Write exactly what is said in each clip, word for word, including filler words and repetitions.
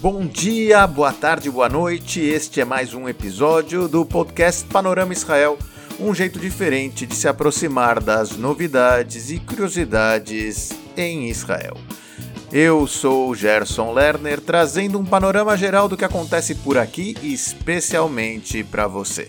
Bom dia, boa tarde, boa noite. Este é mais um episódio do podcast Panorama Israel, um jeito diferente de se aproximar das novidades e curiosidades em Israel. Eu sou Gerson Lerner, trazendo um panorama geral do que acontece por aqui, especialmente para você.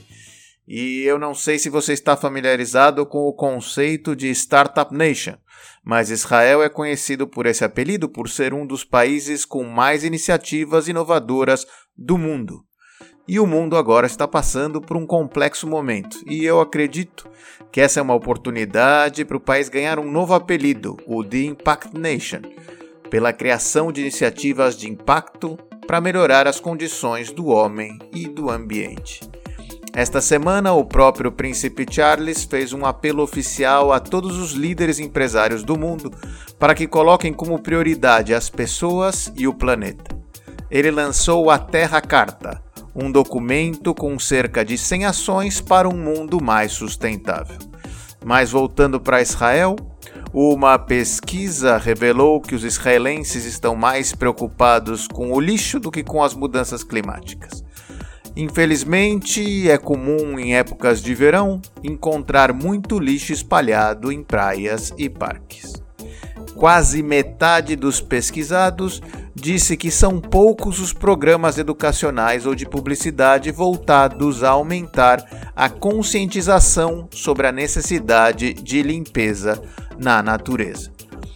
E eu não sei se você está familiarizado com o conceito de Startup Nation, mas Israel é conhecido por esse apelido por ser um dos países com mais iniciativas inovadoras do mundo. E o mundo agora está passando por um complexo momento, e eu acredito que essa é uma oportunidade para o país ganhar um novo apelido, o de Impact Nation, pela criação de iniciativas de impacto para melhorar as condições do homem e do ambiente. Esta semana, o próprio Príncipe Charles fez um apelo oficial a todos os líderes empresários do mundo para que coloquem como prioridade as pessoas e o planeta. Ele lançou a Terra Carta, um documento com cerca de cem ações para um mundo mais sustentável. Mas voltando para Israel, uma pesquisa revelou que os israelenses estão mais preocupados com o lixo do que com as mudanças climáticas. Infelizmente, é comum em épocas de verão encontrar muito lixo espalhado em praias e parques. Quase metade dos pesquisados disse que são poucos os programas educacionais ou de publicidade voltados a aumentar a conscientização sobre a necessidade de limpeza na natureza.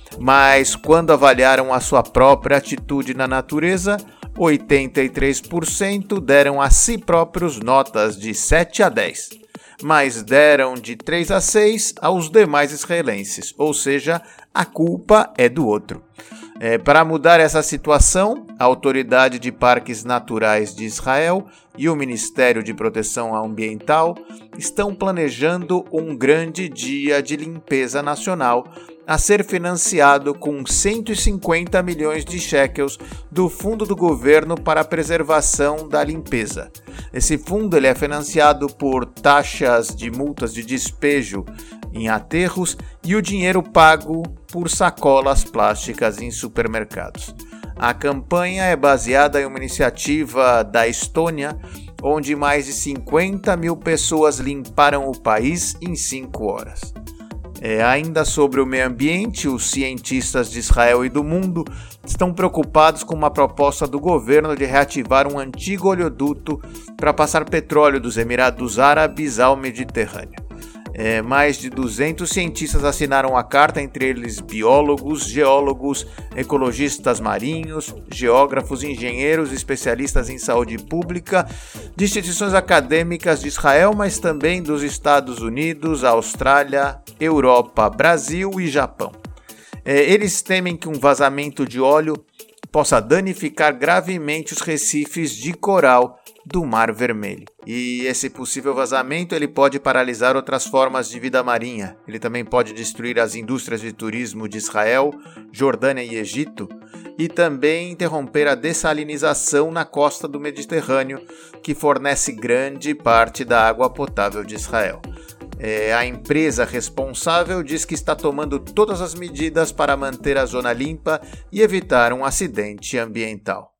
Mas quando avaliaram a sua própria atitude na natureza, oitenta e três por cento deram a si próprios notas de sete a dez, mas deram de três a seis aos demais israelenses, ou seja, a culpa é do outro. É, para mudar essa situação, a Autoridade de Parques Naturais de Israel e o Ministério de Proteção Ambiental estão planejando um grande dia de limpeza nacional a ser financiado com cento e cinquenta milhões de shekels do Fundo do Governo para a Preservação da Limpeza. Esse fundo ele é financiado por taxas de multas de despejo em aterros e o dinheiro pago por sacolas plásticas em supermercados. A campanha é baseada em uma iniciativa da Estônia, onde mais de cinquenta mil pessoas limparam o país em cinco horas. É, ainda sobre o meio ambiente, os cientistas de Israel e do mundo estão preocupados com uma proposta do governo de reativar um antigo oleoduto para passar petróleo dos Emirados Árabes ao Mediterrâneo. É, mais de duzentos cientistas assinaram a carta, entre eles biólogos, geólogos, ecologistas marinhos, geógrafos, engenheiros, especialistas em saúde pública, de instituições acadêmicas de Israel, mas também dos Estados Unidos, Austrália, Europa, Brasil e Japão. É, eles temem que um vazamento de óleo possa danificar gravemente os recifes de coral do Mar Vermelho. E esse possível vazamento ele pode paralisar outras formas de vida marinha. Ele também pode destruir as indústrias de turismo de Israel, Jordânia e Egito, e também interromper a dessalinização na costa do Mediterrâneo, que fornece grande parte da água potável de Israel. É, a empresa responsável diz que está tomando todas as medidas para manter a zona limpa e evitar um acidente ambiental.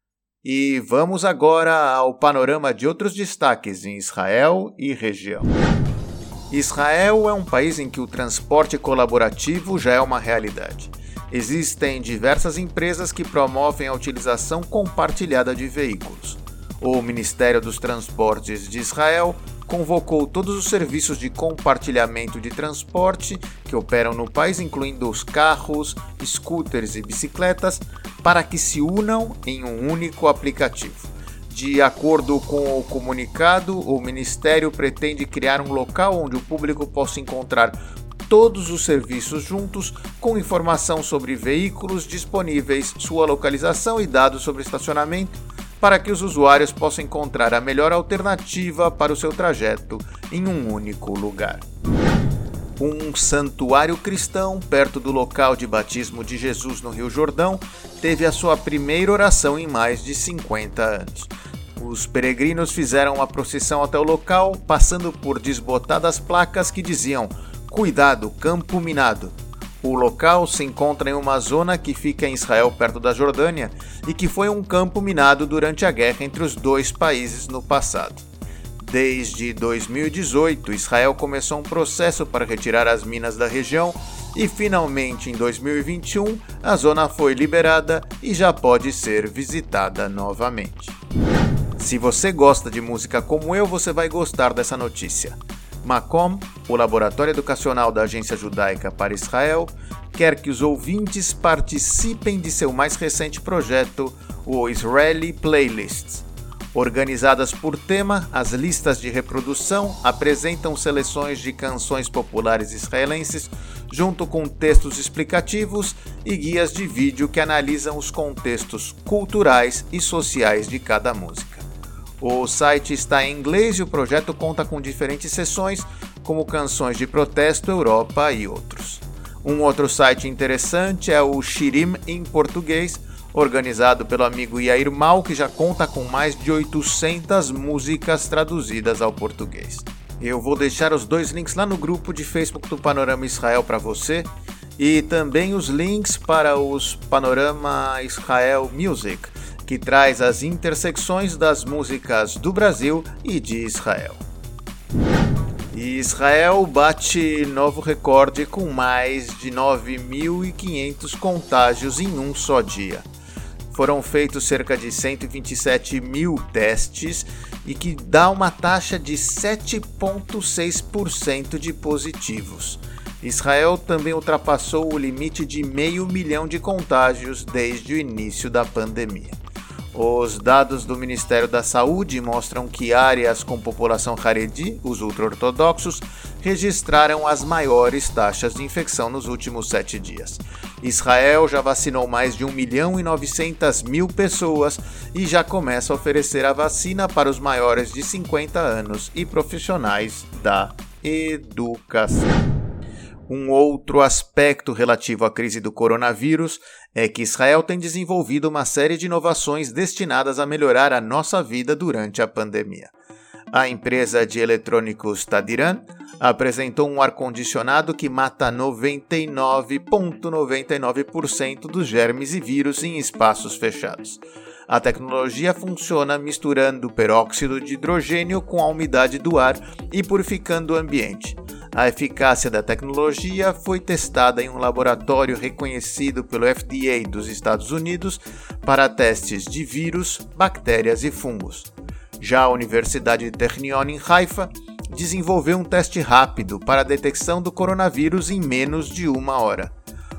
E vamos agora ao panorama de outros destaques em Israel e região. Israel é um país em que o transporte colaborativo já é uma realidade. Existem diversas empresas que promovem a utilização compartilhada de veículos. O Ministério dos Transportes de Israel convocou todos os serviços de compartilhamento de transporte que operam no país, incluindo os carros, scooters e bicicletas, para que se unam em um único aplicativo. De acordo com o comunicado, o Ministério pretende criar um local onde o público possa encontrar todos os serviços juntos, com informação sobre veículos disponíveis, sua localização e dados sobre estacionamento, para que os usuários possam encontrar a melhor alternativa para o seu trajeto em um único lugar. Um santuário cristão perto do local de batismo de Jesus no Rio Jordão teve a sua primeira oração em mais de cinquenta anos. Os peregrinos fizeram uma procissão até o local, passando por desbotadas placas que diziam "Cuidado, campo minado". O local se encontra em uma zona que fica em Israel, perto da Jordânia, e que foi um campo minado durante a guerra entre os dois países no passado. Desde dois mil e dezoito, Israel começou um processo para retirar as minas da região e, finalmente, em dois mil e vinte e um, a zona foi liberada e já pode ser visitada novamente. Se você gosta de música como eu, você vai gostar dessa notícia. Macom, o laboratório educacional da Agência Judaica para Israel, quer que os ouvintes participem de seu mais recente projeto, o Israeli Playlists. Organizadas por tema, as listas de reprodução apresentam seleções de canções populares israelenses, junto com textos explicativos e guias de vídeo que analisam os contextos culturais e sociais de cada música. O site está em inglês e o projeto conta com diferentes seções, como canções de protesto, Europa e outros. Um outro site interessante é o Shirim em português, organizado pelo amigo Yair Mal, que já conta com mais de oitocentas músicas traduzidas ao português. Eu vou deixar os dois links lá no grupo de Facebook do Panorama Israel para você e também os links para os Panorama Israel Music, que traz as intersecções das músicas do Brasil e de Israel. Israel bate novo recorde com mais de nove mil e quinhentos contágios em um só dia. Foram feitos cerca de cento e vinte e sete mil testes e que dá uma taxa de sete vírgula seis por cento de positivos. Israel também ultrapassou o limite de meio milhão de contágios desde o início da pandemia. Os dados do Ministério da Saúde mostram que áreas com população Haredi, os ultra-ortodoxos, registraram as maiores taxas de infecção nos últimos sete dias. Israel já vacinou mais de um milhão e novecentas mil pessoas e já começa a oferecer a vacina para os maiores de cinquenta anos e profissionais da educação. Um outro aspecto relativo à crise do coronavírus é que Israel tem desenvolvido uma série de inovações destinadas a melhorar a nossa vida durante a pandemia. A empresa de eletrônicos Tadiran apresentou um ar-condicionado que mata noventa e nove vírgula noventa e nove por cento dos germes e vírus em espaços fechados. A tecnologia funciona misturando peróxido de hidrogênio com a umidade do ar e purificando o ambiente. A eficácia da tecnologia foi testada em um laboratório reconhecido pelo F D A dos Estados Unidos para testes de vírus, bactérias e fungos. Já a Universidade de Technion em Haifa desenvolveu um teste rápido para a detecção do coronavírus em menos de uma hora.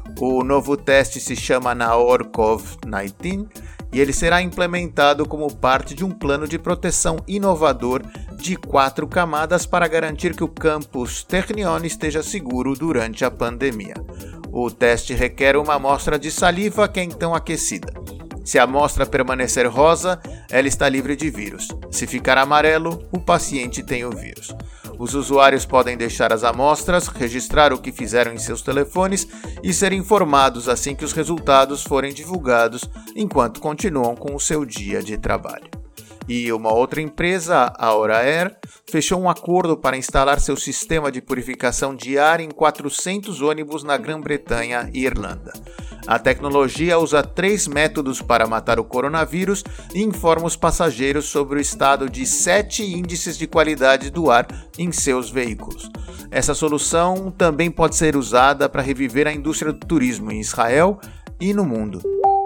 O novo teste se chama Naor Cov dezenove e ele será implementado como parte de um plano de proteção inovador de quatro camadas para garantir que o campus Technion esteja seguro durante a pandemia. O teste requer uma amostra de saliva que é então aquecida. Se a amostra permanecer rosa, ela está livre de vírus. Se ficar amarelo, o paciente tem o vírus. Os usuários podem deixar as amostras, registrar o que fizeram em seus telefones e ser informados assim que os resultados forem divulgados, enquanto continuam com o seu dia de trabalho. E uma outra empresa, a Oraer, fechou um acordo para instalar seu sistema de purificação de ar em quatrocentos ônibus na Grã-Bretanha e Irlanda. A tecnologia usa três métodos para matar o coronavírus e informa os passageiros sobre o estado de sete índices de qualidade do ar em seus veículos. Essa solução também pode ser usada para reviver a indústria do turismo em Israel e no mundo.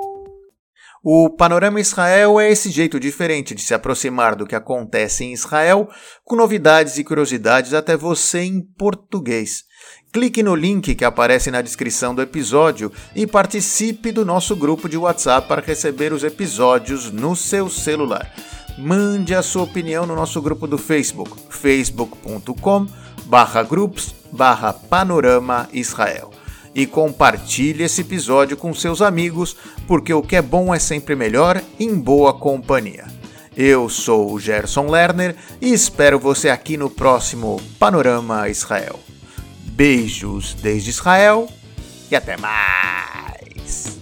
O Panorama Israel é esse jeito diferente de se aproximar do que acontece em Israel, com novidades e curiosidades até você em português. Clique no link que aparece na descrição do episódio e participe do nosso grupo de WhatsApp para receber os episódios no seu celular. Mande a sua opinião no nosso grupo do Facebook, facebook ponto com barra groups barra panorama Israel. E compartilhe esse episódio com seus amigos, porque o que é bom é sempre melhor em boa companhia. Eu sou o Gerson Lerner e espero você aqui no próximo Panorama Israel. Beijos desde Israel e até mais!